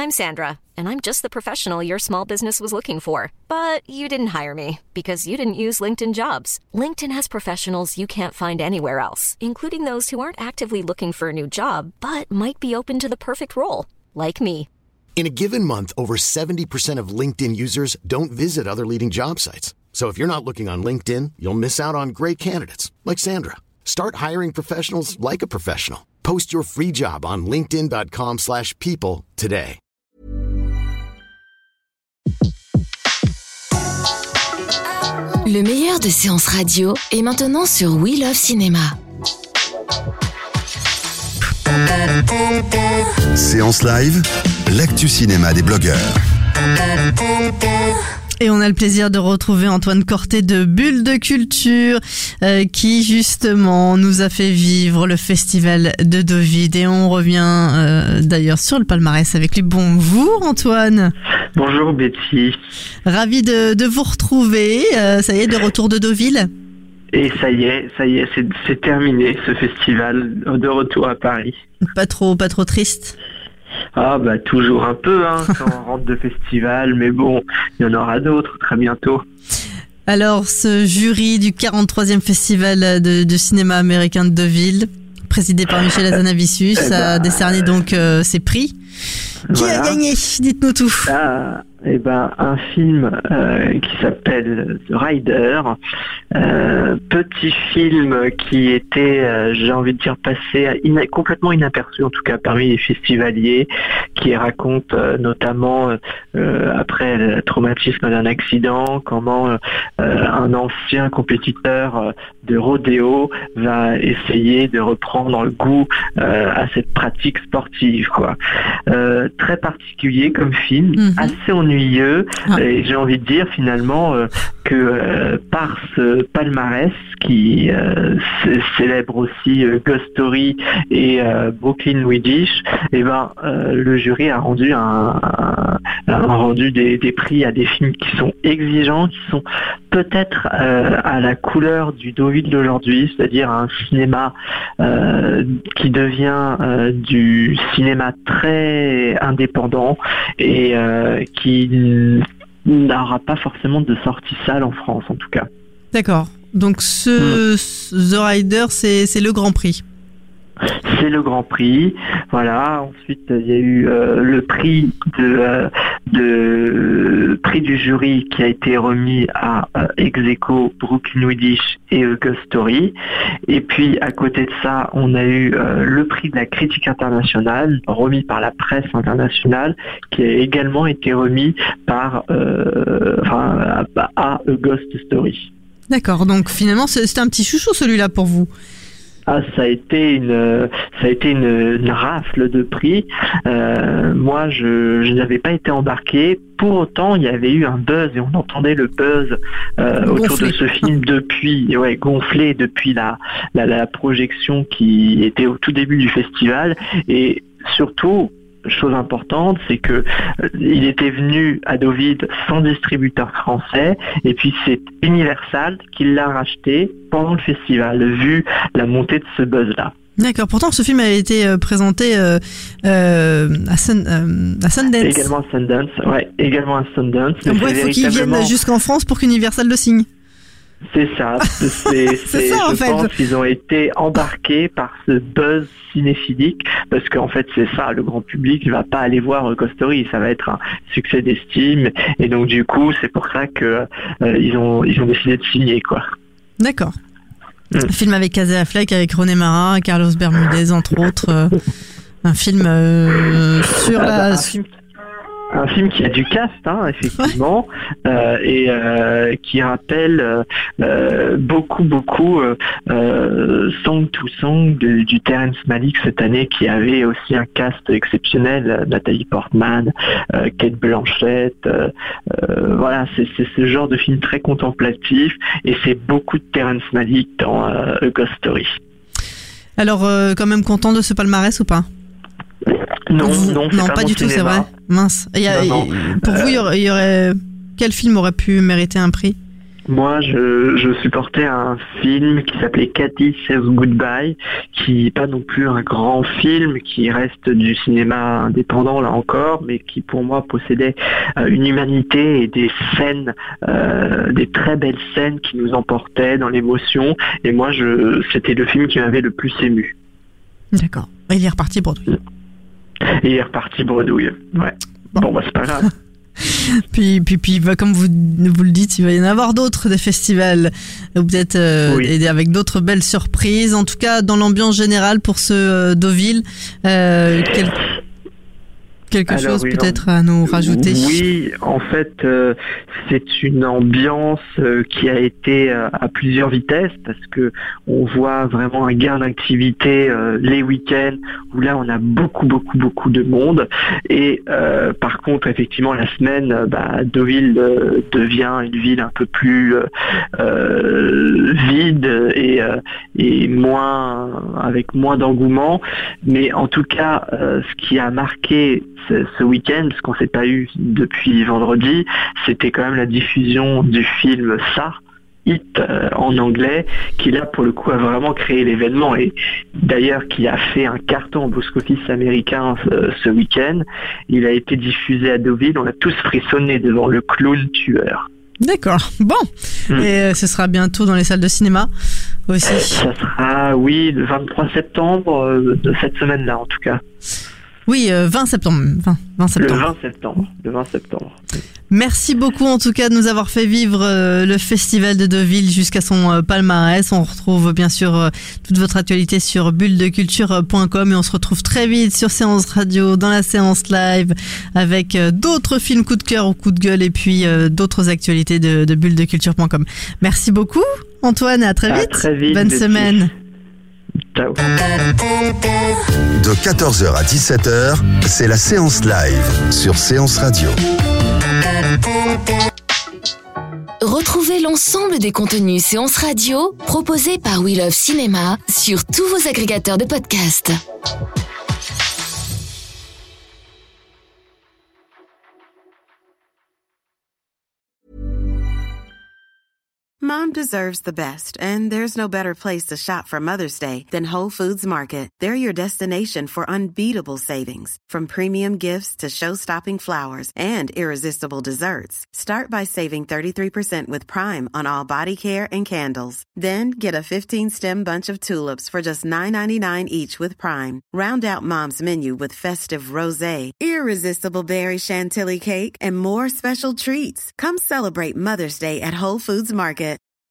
I'm Sandra, and I'm just the professional your small business was looking for. But you didn't hire me because you didn't use LinkedIn Jobs. LinkedIn has professionals you can't find anywhere else, including those who aren't actively looking for a new job, but might be open to the perfect role, like me. In a given month, over 70% of LinkedIn users don't visit other leading job sites. So if you're not looking on LinkedIn, you'll miss out on great candidates like Sandra. Start hiring professionals like a professional. Post your free job on linkedin.com/people today. Le meilleur de séances radio est maintenant sur We Love Cinéma. Séance live, l'actu cinéma des blogueurs. Et on a le plaisir de retrouver Antoine Corté de Bulle de Culture qui justement nous a fait vivre le festival de Deauville. Et on revient d'ailleurs sur le palmarès avec lui. Bonjour Antoine. Bonjour Betty. Ravi de vous retrouver. Ça y est, de retour de Deauville. Et ça y est, c'est terminé ce festival, de retour à Paris. Pas trop triste? Ah bah toujours un peu quand on rentre de festival, mais bon, il y en aura d'autres très bientôt. Alors ce jury du 43e festival de cinéma américain de Deauville, présidé par Michel Hazanavicius, a décerné donc ses prix. Qui a gagné? Dites-nous tout. Un film qui s'appelle The Rider, petit film qui était, j'ai envie de dire, passé complètement inaperçu, en tout cas parmi les festivaliers, qui raconte notamment après le traumatisme d'un accident, comment un ancien compétiteur de rodéo va essayer de reprendre goût à cette pratique sportive, quoi. Très particulier comme film, assez ennuyeux, et j'ai envie de dire finalement que par ce palmarès qui célèbre aussi Ghost Story et Brooklyn Swedish, le jury a rendu des prix à des films qui sont exigeants, qui sont peut-être à la couleur du Deauville d'aujourd'hui, c'est-à-dire un cinéma qui devient du cinéma très indépendant et qui n'aura pas forcément de sortie salle en France en tout cas. D'accord. Donc The Rider, c'est le Grand Prix. C'est le Grand Prix, voilà. Ensuite, il y a eu le prix prix du jury qui a été remis à ex-aequo Brooklyn Swedish et Ghost Story. Et puis, à côté de ça, on a eu le prix de la critique internationale, remis par la presse internationale, qui a également été remis par à Ghost Story. D'accord. Donc finalement, c'était un petit chouchou celui-là pour vous. Ça a été une rafle de prix. Moi, je n'avais pas été embarqué. Pour autant, il y avait eu un buzz et on entendait le buzz autour de ce film gonflé depuis la projection qui était au tout début du festival. Et surtout, chose importante, c'est que il était venu à Deauville sans distributeur français, et puis c'est Universal qui l'a racheté pendant le festival, vu la montée de ce buzz-là. D'accord. Pourtant, ce film avait été présenté à Sundance. Également à Sundance. Donc, il faut qu'ils viennent jusqu'en France pour qu'Universal le signe. C'est ça. Je pense qu'ils ont été embarqués par ce buzz cinéphilique, parce qu'en fait c'est ça, le grand public ne va pas aller voir Ghost Story, ça va être un succès d'estime, et donc du coup c'est pour ça que ils ont décidé de signer, quoi. D'accord. Un film avec Casey Affleck, avec Rooney Mara, Carlos Bermudez entre autres. Un film sur un film qui a du cast, effectivement, et qui rappelle beaucoup Song to Song du Terrence Malick cette année, qui avait aussi un cast exceptionnel, Nathalie Portman, Cate Blanchett, voilà, c'est ce genre de film très contemplatif, et c'est beaucoup de Terrence Malick dans Ghost Story. Alors, quand même content de ce palmarès ou pas ? Non, pas du tout, c'est vrai. Mince. Pour vous, il y aurait quel film aurait pu mériter un prix ? Moi, je supportais un film qui s'appelait Cathy Says Goodbye, qui n'est pas non plus un grand film, qui reste du cinéma indépendant là encore, mais qui pour moi possédait une humanité et des scènes, des très belles scènes qui nous emportaient dans l'émotion. Et moi, c'était le film qui m'avait le plus ému. D'accord. Et il est reparti bredouille. Et il est reparti bredouille. Ouais. Bon, c'est pas grave. Puis, comme vous le dites, il va y en avoir d'autres des festivals, ou peut-être et avec d'autres belles surprises. En tout cas, dans l'ambiance générale pour ce Deauville, quelque chose peut-être à nous rajouter? Oui, en fait, c'est une ambiance qui a été à plusieurs vitesses parce que on voit vraiment un gain d'activité les week-ends où là on a beaucoup de monde et par contre effectivement la semaine, Deauville devient une ville un peu plus vide et avec moins d'engouement, mais en tout cas ce qui a marqué ce week-end, ce qu'on s'est pas eu depuis vendredi, c'était quand même la diffusion du film Ça, It en anglais, qui là pour le coup a vraiment créé l'événement et d'ailleurs qui a fait un carton au box-office américain ce week-end. Il a été diffusé à Deauville, on a tous frissonné devant le clown tueur. D'accord, bon. Et ce sera bientôt dans les salles de cinéma aussi. Ça sera, oui, le 23 septembre de cette semaine-là en tout cas. Oui, 20 septembre. 20 septembre. Le 20 septembre. Merci beaucoup en tout cas de nous avoir fait vivre le festival de Deauville jusqu'à son palmarès. On retrouve bien sûr toute votre actualité sur bulledeculture.com et on se retrouve très vite sur Séance Radio dans la séance live avec d'autres films coup de cœur ou coup de gueule et puis d'autres actualités de bulledeculture.com. Merci beaucoup Antoine et à très vite. Très vite. Bonne semaine. Ciao. De 14h à 17h, c'est la séance live sur Séance Radio. Retrouvez l'ensemble des contenus Séance Radio proposés par We Love Cinéma sur tous vos agrégateurs de podcasts. Mom deserves the best, and there's no better place to shop for Mother's Day than Whole Foods Market. They're your destination for unbeatable savings, from premium gifts to show-stopping flowers and irresistible desserts. Start by saving 33% with Prime on all body care and candles. Then get a 15-stem bunch of tulips for just $9.99 each with Prime. Round out Mom's menu with festive rosé, irresistible berry chantilly cake, and more special treats. Come celebrate Mother's Day at Whole Foods Market.